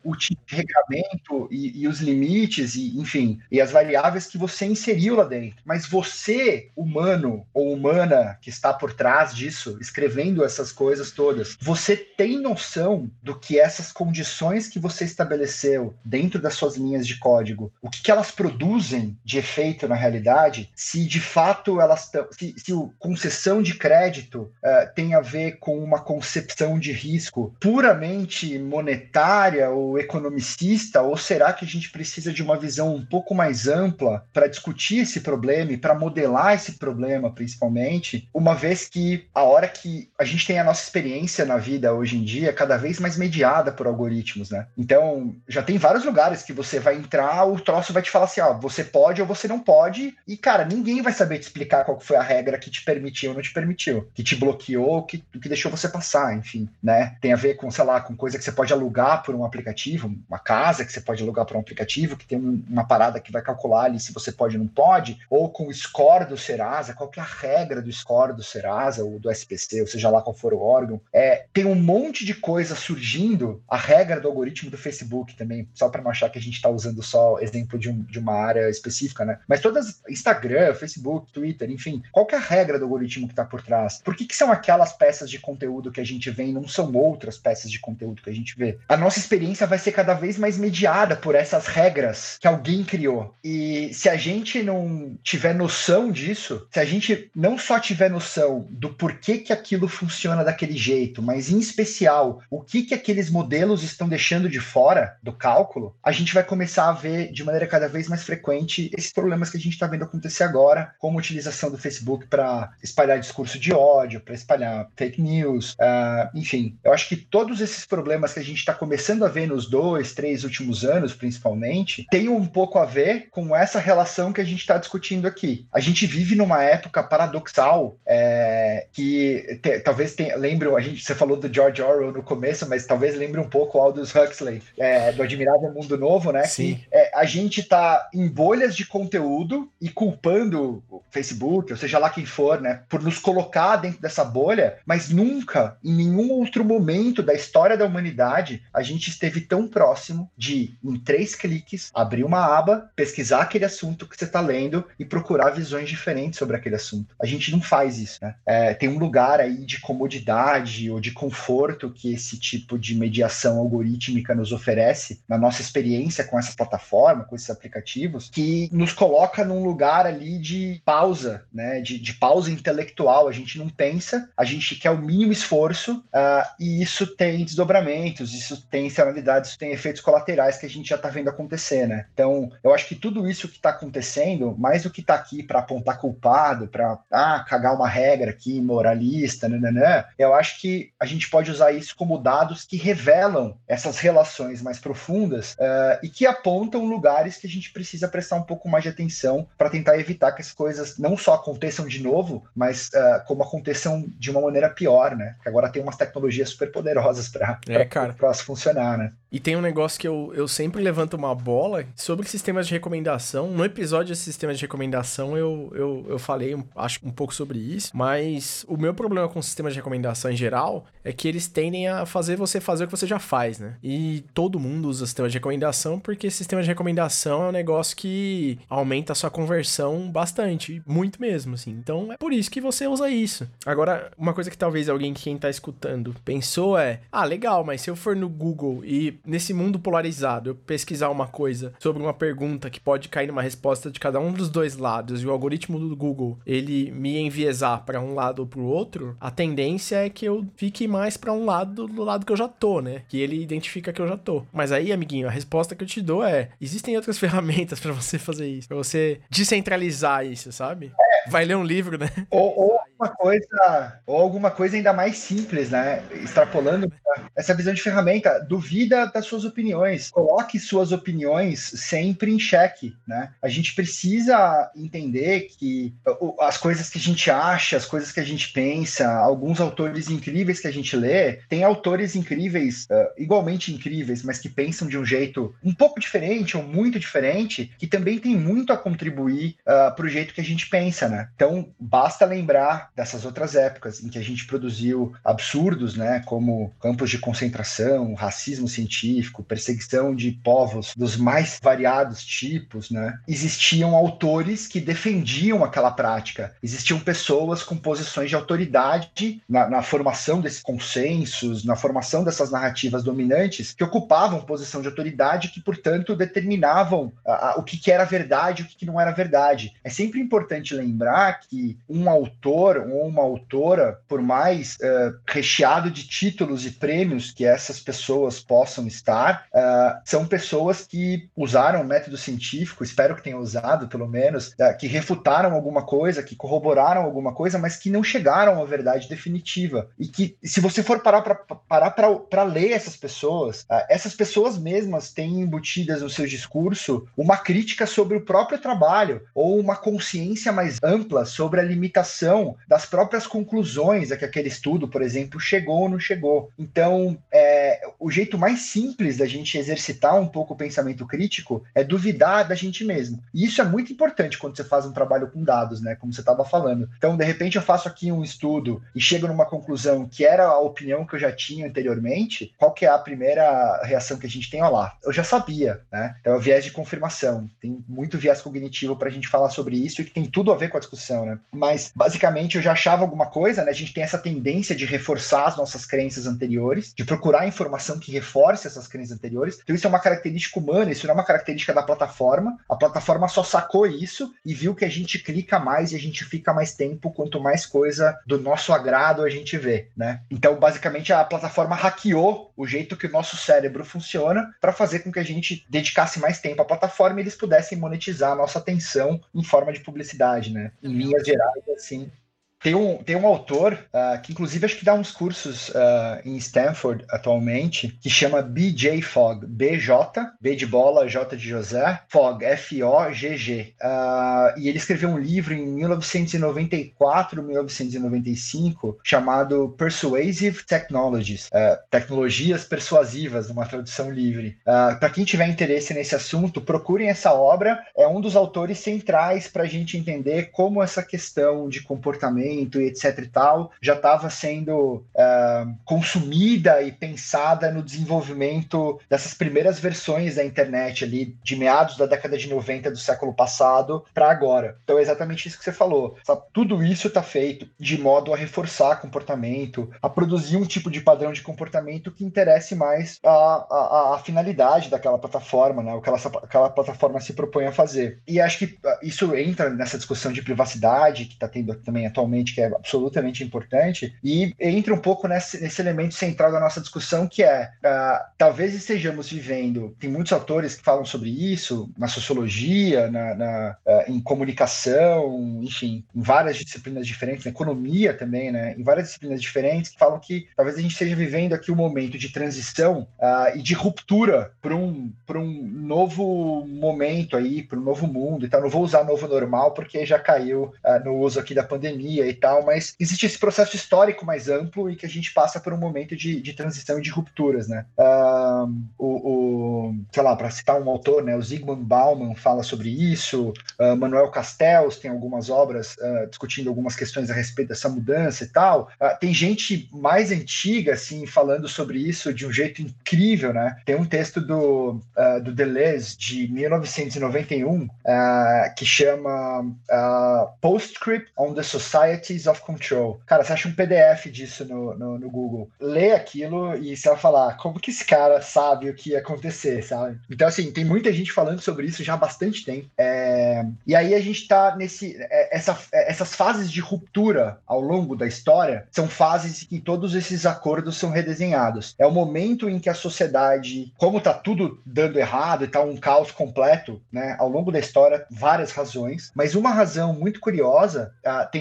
o tipo de regramento e, e os limites, e, enfim, e as variáveis que você inseriu lá dentro. Mas você, humano ou humana que está por trás disso, escrevendo essas coisas todas, você tem noção do que essas condições que você estabeleceu dentro das suas linhas de código, o que, que elas produzem de efeito na realidade, se de fato elas estão, se, se o concessão de crédito uh, tem a ver com uma concepção de risco puramente monetária ou economicista, ou será que a gente precisa de uma visão um pouco mais ampla para discutir esse problema e para modelar esse problema, principalmente, uma vez que a hora que a gente tem a nossa experiência na vida hoje em dia cada vez mais mediada por algoritmos, né? Então, já tem vários lugares que você vai entrar, o troço vai te falar assim, ó, você pode ou você não pode, e, cara, ninguém vai saber te explicar qual foi a regra que te permitiu ou não te permitiu, que te bloqueou, que, que deixou você passar, enfim, né? Tem a ver com, sei lá, com coisa que você pode alugar por um aplicativo, uma casa que você pode alugar por um aplicativo, que tem um, uma parada que vai calcular ali se você pode ou não pode, ou com o score do Serasa, qual que é a regra do score do Serasa ou do S P C, ou seja lá qual for o órgão. É, tem um monte de coisa surgindo, a regra do algoritmo do Facebook também, só para não achar que a gente está usando só exemplo de, um, de uma área específica, né? Mas todas, Instagram, Facebook, Twitter, enfim, qual que é a regra do algoritmo que está por trás? Por que que são aquelas peças de conteúdo que a gente vê e não são outras peças de conteúdo que a gente vê? A nossa experiência vai ser cada vez mais mediada por essas regras que alguém criou. E se a gente não tiver noção disso, se a gente não só tiver noção do porquê que aquilo funciona daquele jeito, mas em especial o que que aqueles modelos estão deixando de fora do cálculo, a gente vai começar a ver de maneira cada vez mais frequente esses problemas que a gente está vendo acontecer agora, como a utilização do Facebook para espalhar discurso de ódio, para espalhar fake news, uh, enfim. Eu acho que todos esses problemas que a gente está começando a ver nos dois, três últimos anos, principalmente, tem um pouco a ver com essa relação que a gente está discutindo aqui. A gente vive numa época paradoxal é, que te, talvez tenha, lembre, a gente, você falou do George Orwell no começo, mas talvez lembre um pouco o Aldous Huxley, é, do Admirável Mundo Novo, né? Sim. Que é, a gente está em bolhas de conteúdo e culpando o Facebook, ou seja lá quem for, né, por nos colocar dentro dessa bolha, mas nunca, em nenhum outro momento da história da humanidade, a gente esteve tão próximo de, em três cliques, abrir uma aba, pesquisar aquele assunto que você está lendo e procurar visões diferentes sobre aquele assunto. A gente não faz isso, né? É, tem um lugar aí de comodidade ou de conforto que esse tipo de mediação algorítmica nos oferece na nossa experiência com essa plataforma, com esses aplicativos, que nos coloca num lugar ali de pausa, né? De, de pausa intelectual. A gente não pensa, a gente quer o mínimo esforço, uh, e isso tem desdobramentos, isso tem externalidades, isso tem efeitos colaterais que a gente já está vendo acontecer, né? Então, eu acho que tudo isso que está acontecendo, mais do que está aqui para apontar culpado, para ah, cagar uma regra aqui, moralista, nananã, eu acho que a gente pode usar isso como dados que revelam essas relações mais profundas uh, e que apontam lugares que a gente precisa prestar um pouco mais de atenção para tentar evitar que as coisas não só aconteçam de novo, mas uh, como aconteçam de uma maneira pior, né? Porque agora tem umas tecnologias super poderosas para é, cara. funcionar, né? E tem um negócio que eu, eu sempre levanto uma bola sobre sistemas de recomendação. No episódio de sistemas de recomendação eu, eu, eu falei, acho, um pouco sobre isso, mas o meu problema com sistemas de recomendação em geral é que eles tendem a fazer você fazer o que você já faz, né? E todo mundo usa sistemas de recomendação porque sistema de recomendação é um negócio que aumenta a sua conversão bastante, muito mesmo, assim. Então é por isso que você usa isso. Agora, uma coisa que talvez alguém que quem tá escutando pensou é, ah, legal, mas se eu for no Google e nesse mundo polarizado eu pesquisar uma coisa sobre uma pergunta que pode cair numa resposta de cada um dos dois lados e o algoritmo do Google, ele me enviesar para um lado ou pro outro, a tendência é que eu fique mais para um lado do lado que eu já tô, né? Que ele identifica que eu já tô. Mas aí, amiguinho, a resposta que eu te dou é, existem outras ferramentas para você fazer isso, para você descentralizar isso, sabe? É. Vai ler um livro, né? Ou, ou alguma coisa, ou alguma coisa ainda mais simples, né? Extrapolando essa visão de ferramenta, duvida das suas opiniões. Coloque suas opiniões sempre em xeque, né? A gente precisa entender que as coisas que a gente acha, as coisas que a gente pensa, alguns autores incríveis que a gente lê, tem autores incríveis, uh, igualmente incríveis, mas que pensam de um jeito um pouco diferente ou muito diferente, que também tem muito a contribuir uh, para o jeito que a gente pensa, né? Então, basta lembrar dessas outras épocas em que a gente produziu absurdos, né? Como campos de concentração, racismo científico, perseguição de povos dos mais variados tipos, né? Existiam autores que defendiam aquela prática, existiam pessoas com posições de autoridade na, na formação desses consensos, na formação dessas narrativas dominantes, que ocupavam posição de autoridade, que, portanto, determinavam a, a, o que, que era verdade e o que, que não era verdade. É sempre importante lembrar que um autor ou uma autora, por mais uh, recheado de títulos e prêmios que essas pessoas possam estar, uh, são pessoas que usaram o método científico, espero que tenham usado, pelo menos, uh, que refutaram alguma coisa, que corroboraram alguma coisa, mas que não chegaram a uma verdade definitiva. E que, se você for parar para parar para ler essas pessoas, uh, essas pessoas mesmas têm embutidas no seu discurso uma crítica sobre o próprio trabalho, ou uma consciência mais ampla sobre a limitação das próprias conclusões a que aquele estudo, por exemplo, chegou ou não chegou. Então, é, o jeito mais simples da gente exercitar um pouco o pensamento crítico é duvidar da gente mesmo. E isso é muito importante quando você faz um trabalho com dados, né? Como você estava falando. Então, de repente, eu faço aqui um estudo e chego numa conclusão que era a opinião que eu já tinha anteriormente. Qual que é a primeira reação que a gente tem? Olha lá, eu já sabia, né? Então, é o viés de confirmação. Tem muito viés cognitivo para a gente falar sobre isso e que tem tudo a ver com a discussão, né? Mas, basicamente, eu já achava alguma coisa, né? A gente tem essa tendência de reforçar as nossas crenças anteriores, de procurar informação que reforce essas crenças anteriores. Então, isso é uma característica humana, isso não é uma característica da plataforma. A plataforma só sacou isso e viu que a gente clica mais e a gente fica mais tempo, quanto mais coisa do nosso agrado a gente vê, né? Então, basicamente, a plataforma hackeou o jeito que o nosso cérebro funciona para fazer com que a gente dedicasse mais tempo à plataforma e eles pudessem monetizar a nossa atenção em forma de publicidade, né? Em linhas gerais, assim. Tem um, tem um autor, uh, que inclusive acho que dá uns cursos uh, em Stanford atualmente, que chama B J Fogg, B J, B de bola, J de José, Fogg, F O G G. Uh, e ele escreveu um livro em mil novecentos e noventa e quatro, mil novecentos e noventa e cinco, chamado Persuasive Technologies, uh, Tecnologias Persuasivas, numa tradução livre. Uh, Para quem tiver interesse nesse assunto, procurem essa obra, é um dos autores centrais para a gente entender como essa questão de comportamento e etc e tal, já estava sendo uh, consumida e pensada no desenvolvimento dessas primeiras versões da internet ali, de meados da década de noventa do século passado para agora. Então é exatamente isso que você falou. Sabe? Tudo isso está feito de modo a reforçar comportamento, a produzir um tipo de padrão de comportamento que interesse mais a, a, a finalidade daquela plataforma, né? O que ela, aquela plataforma se propõe a fazer. E acho que isso entra nessa discussão de privacidade que está tendo também atualmente, que é absolutamente importante, e entra um pouco nesse, nesse elemento central da nossa discussão, que é, uh, talvez estejamos vivendo, tem muitos autores que falam sobre isso, na sociologia, na, na, uh, em comunicação, enfim, em várias disciplinas diferentes, na economia também, né, em várias disciplinas diferentes, que falam que talvez a gente esteja vivendo aqui um momento de transição uh, e de ruptura para um, para um novo momento aí, para um novo mundo, então não vou usar novo normal, porque já caiu uh, no uso aqui da pandemia e tal, mas existe esse processo histórico mais amplo e que a gente passa por um momento de, de transição e de rupturas, né? Uh, o, o, sei lá, para citar um autor, né, o Zygmunt Bauman fala sobre isso, uh, Manuel Castells tem algumas obras uh, discutindo algumas questões a respeito dessa mudança e tal. Uh, tem gente mais antiga, assim, falando sobre isso de um jeito incrível, né? Tem um texto do, uh, do Deleuze, de mil novecentos e noventa e um, uh, que chama uh, Postscript on the Society of Control. Cara, você acha um P D F disso no, no, no Google. Lê aquilo e você vai falar, como que esse cara sabe o que ia acontecer, sabe? Então, assim, tem muita gente falando sobre isso já há bastante tempo. É... E aí a gente tá nesse... Essa, essas fases de ruptura ao longo da história são fases em que todos esses acordos são redesenhados. É o momento em que a sociedade, como tá tudo dando errado e tá um caos completo, né? Ao longo da história, várias razões, mas uma razão muito curiosa uh, tem a ver com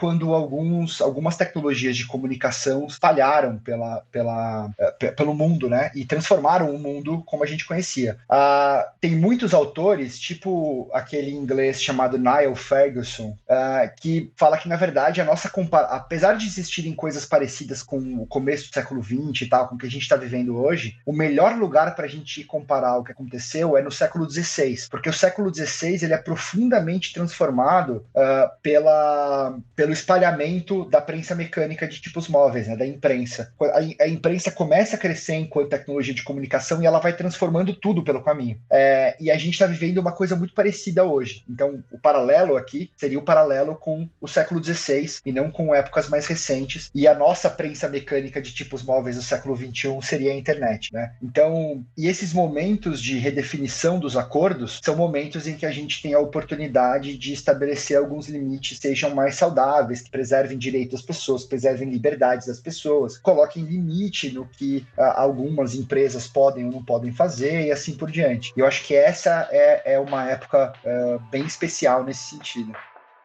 quando alguns, algumas tecnologias de comunicação espalharam pela, pela, pelo mundo, né? E transformaram o mundo como a gente conhecia. Uh, tem muitos autores, tipo aquele inglês chamado Niall Ferguson, uh, que fala que, na verdade, a nossa compara- apesar de existirem coisas parecidas com o começo do século vinte e tal, com o que a gente está vivendo hoje, o melhor lugar para a gente comparar o que aconteceu é no século dezesseis, porque o século dezesseis ele é profundamente transformado uh, pela, pelo espalhamento da prensa mecânica de tipos móveis, né, da imprensa. A, a imprensa começa a crescer enquanto tecnologia de comunicação e ela vai transformando tudo pelo caminho. É, e a gente está vivendo uma coisa muito parecida hoje. Então, o paralelo aqui seria o paralelo com o século dezesseis e não com épocas mais recentes. E a nossa prensa mecânica de tipos móveis do século vinte e um seria a internet, né? Então, e esses momentos de redefinição dos acordos são momentos em que a gente tem a oportunidade de estabelecer alguns limites, sejam mais saudáveis, que preservem direitos das pessoas, preservem liberdades das pessoas, coloquem limite no que uh, algumas empresas podem ou não podem fazer e assim por diante. E eu acho que essa é, é uma época uh, bem especial nesse sentido.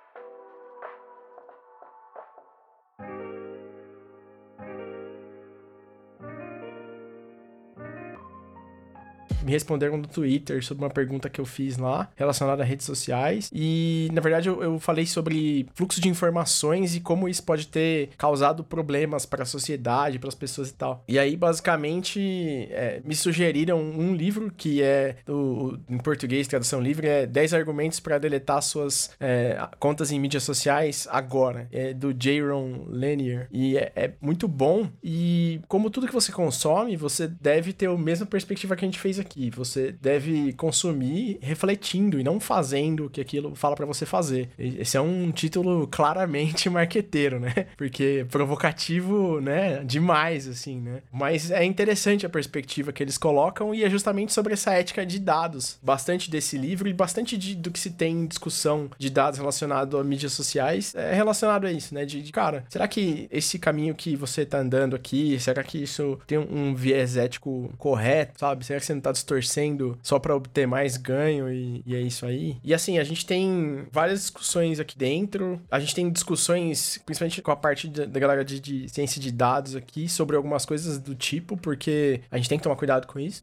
Me responderam no Twitter sobre uma pergunta que eu fiz lá, relacionada a redes sociais, e na verdade eu, eu falei sobre fluxo de informações e como isso pode ter causado problemas para a sociedade, para as pessoas e tal. E aí, basicamente, é, me sugeriram um livro que é, do, em português, tradução livre, é dez argumentos para deletar suas é, contas em mídias sociais agora. É do Jaron Lanier, e é, é muito bom, e como tudo que você consome, você deve ter a mesma perspectiva que a gente fez aqui. Você deve consumir refletindo e não fazendo o que aquilo fala pra você fazer. Esse é um título claramente marqueteiro, né? Porque provocativo, né? Demais, assim, né? Mas é interessante a perspectiva que eles colocam e é justamente sobre essa ética de dados. Bastante desse livro e bastante de, do que se tem em discussão de dados relacionado a mídias sociais é relacionado a isso, né? De, de, cara, será que esse caminho que você tá andando aqui, será que isso tem um, um viés ético correto, sabe? Será que você não tá distorcendo só pra obter mais ganho e, e é isso aí. E assim, a gente tem várias discussões aqui dentro, a gente tem discussões, principalmente com a parte da, da galera de, de ciência de dados aqui, sobre algumas coisas do tipo, porque a gente tem que tomar cuidado com isso.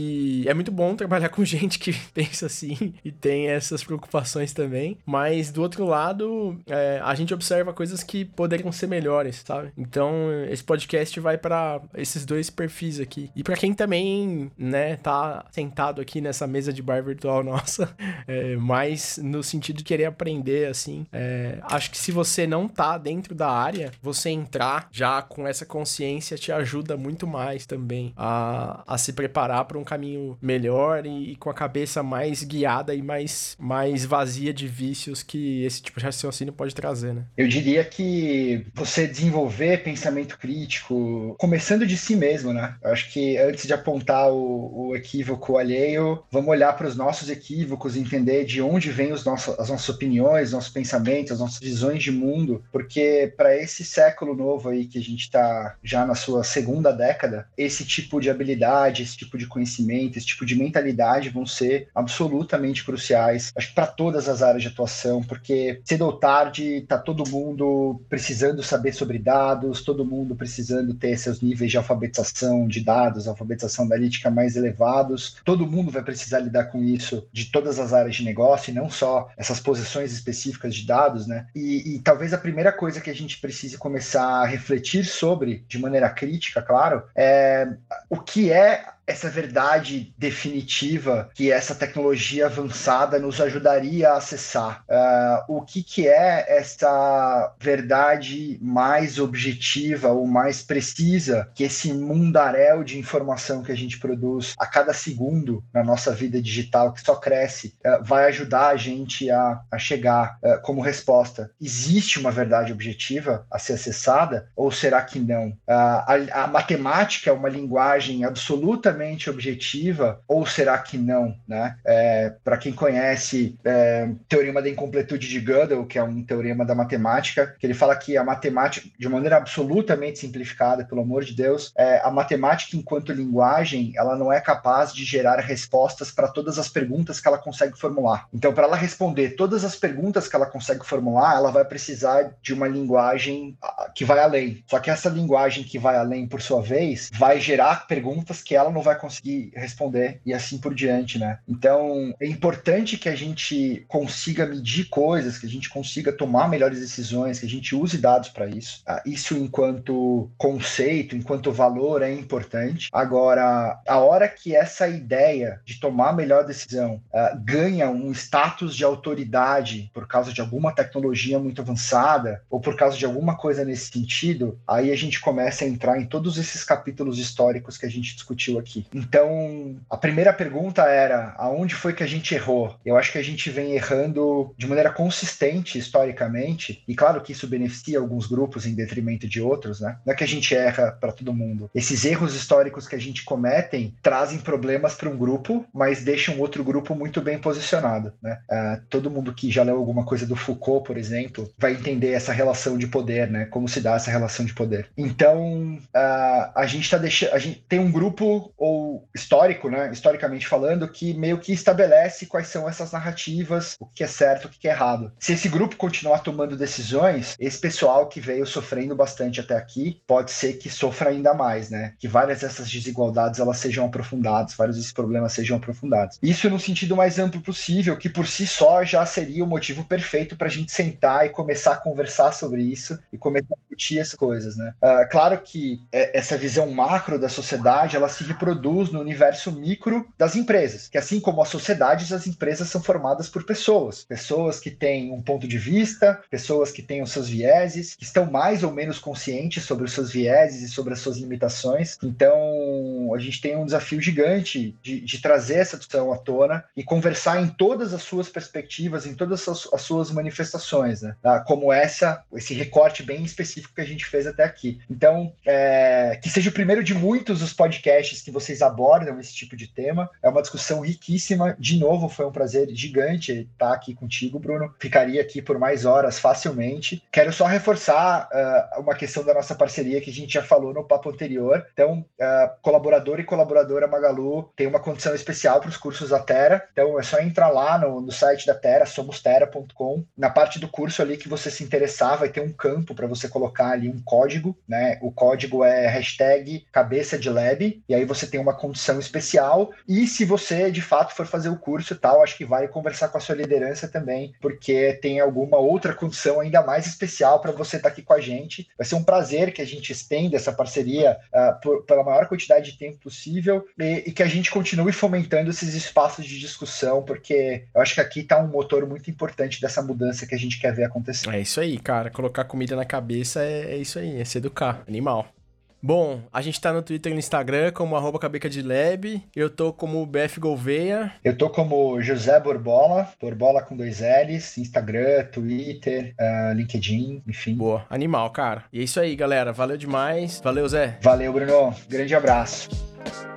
E é muito bom trabalhar com gente que pensa assim e tem essas preocupações também, mas do outro lado, é, a gente observa coisas que poderiam ser melhores, sabe? Então, esse podcast vai pra esses dois perfis aqui. E pra quem também, né, tá sentado aqui nessa mesa de bar virtual nossa, é, mas no sentido de querer aprender, assim, é, acho que se você não tá dentro da área, você entrar já com essa consciência te ajuda muito mais também a, a se preparar para um caminho melhor e, e com a cabeça mais guiada e mais, mais vazia de vícios que esse tipo de raciocínio pode trazer, né? Eu diria que você desenvolver pensamento crítico, começando de si mesmo, né? Eu acho que antes de apontar o, o equívoco alheio, vamos olhar para os nossos equívocos, entender de onde vêm os nossos, as nossas opiniões, nossos pensamentos, as nossas visões de mundo, porque para esse século novo aí que a gente está já na sua segunda década, esse tipo de habilidade, esse tipo de conhecimento, esse tipo de mentalidade vão ser absolutamente cruciais, acho que para todas as áreas de atuação, porque cedo ou tarde está todo mundo precisando saber sobre dados, todo mundo precisando ter seus níveis de alfabetização de dados, alfabetização analítica mais elevados, todo mundo vai precisar lidar com isso de todas as áreas de negócio e não só essas posições específicas de dados, né? E, e talvez a primeira coisa que a gente precise começar a refletir sobre, de maneira crítica, claro, é o que é essa verdade definitiva que essa tecnologia avançada nos ajudaria a acessar. Uh, o que, que é essa verdade mais objetiva ou mais precisa que esse mundaréu de informação que a gente produz a cada segundo na nossa vida digital, que só cresce, uh, vai ajudar a gente a, a chegar uh, como resposta. Existe uma verdade objetiva a ser acessada ou será que não? Uh, a, a matemática é uma linguagem absolutamente absolutamente objetiva, ou será que não, né? É, para quem conhece é, Teorema da Incompletude de Gödel, que é um teorema da matemática, que ele fala que a matemática, de maneira absolutamente simplificada, pelo amor de Deus, é, a matemática enquanto linguagem, ela não é capaz de gerar respostas para todas as perguntas que ela consegue formular. Então, para ela responder todas as perguntas que ela consegue formular, ela vai precisar de uma linguagem que vai além. Só que essa linguagem que vai além, por sua vez, vai gerar perguntas que ela não vai conseguir responder e assim por diante, né? Então, é importante que a gente consiga medir coisas, que a gente consiga tomar melhores decisões, que a gente use dados para isso. Isso, enquanto conceito, enquanto valor, é importante. Agora, a hora que essa ideia de tomar a melhor decisão uh, ganha um status de autoridade por causa de alguma tecnologia muito avançada ou por causa de alguma coisa nesse sentido, aí a gente começa a entrar em todos esses capítulos históricos que a gente discutiu aqui. Então, a primeira pergunta era, aonde foi que a gente errou? Eu acho que a gente vem errando de maneira consistente historicamente, e claro que isso beneficia alguns grupos em detrimento de outros, né? Não é que a gente erra para todo mundo. Esses erros históricos que a gente cometem trazem problemas para um grupo, mas deixam outro grupo muito bem posicionado, né? Uh, todo mundo que já leu alguma coisa do Foucault, por exemplo, vai entender essa relação de poder, né? Como se dá essa relação de poder. Então, uh, a gente tá deixando, a gente tem um grupo ou histórico, né? Historicamente falando, que meio que estabelece quais são essas narrativas, o que é certo, o que é errado. Se esse grupo continuar tomando decisões, esse pessoal que veio sofrendo bastante até aqui, pode ser que sofra ainda mais, né? Que várias dessas desigualdades elas sejam aprofundadas, vários desses problemas sejam aprofundados. Isso no sentido mais amplo possível, que por si só já seria o motivo perfeito para a gente sentar e começar a conversar sobre isso e começar a discutir essas coisas, né? Uh, claro que essa visão macro da sociedade, ela se reproduz no universo micro das empresas, que assim como as sociedades, as empresas são formadas por pessoas, pessoas que têm um ponto de vista, pessoas que têm os seus vieses, que estão mais ou menos conscientes sobre os seus vieses e sobre as suas limitações. Então, a gente tem um desafio gigante de, de trazer essa discussão à tona e conversar em todas as suas perspectivas, em todas as, as suas manifestações, né? Ah, como essa, esse recorte bem específico que a gente fez até aqui. Então, é, que seja o primeiro de muitos os podcasts que vocês abordam esse tipo de tema. É uma discussão riquíssima. De novo, foi um prazer gigante estar aqui contigo, Bruno. Ficaria aqui por mais horas facilmente. Quero só reforçar uh, uma questão da nossa parceria que a gente já falou no papo anterior. Então, uh, colaborador e colaboradora Magalu tem uma condição especial para os cursos da Terra. Então, é só entrar lá no, no site da Terra, somos terra ponto com. Na parte do curso ali que você se interessar, vai ter um campo para você colocar ali um código, né? O código é hashtag cabeça de lab, e aí você tem uma condição especial. E se você, de fato, for fazer o curso e tal, acho que vale conversar com a sua liderança também, porque tem alguma outra condição ainda mais especial para você estar aqui com a gente. Vai ser um prazer que a gente estenda essa parceria uh, por, pela maior quantidade de tempo possível e, e que a gente continue fomentando esses espaços de discussão, porque eu acho que aqui está um motor muito importante dessa mudança que a gente quer ver acontecer. É isso aí, cara. Colocar comida na cabeça é, é isso aí, é se educar. Animal. Bom, a gente tá no Twitter e no Instagram como arroba Cabeca de Lab. Eu tô como B F Gouveia. Eu tô como José Borbola, Borbola com dois L's, Instagram, Twitter, uh, LinkedIn, enfim. Boa, animal, cara. E é isso aí, galera. Valeu demais. Valeu, Zé. Valeu, Bruno. Grande abraço.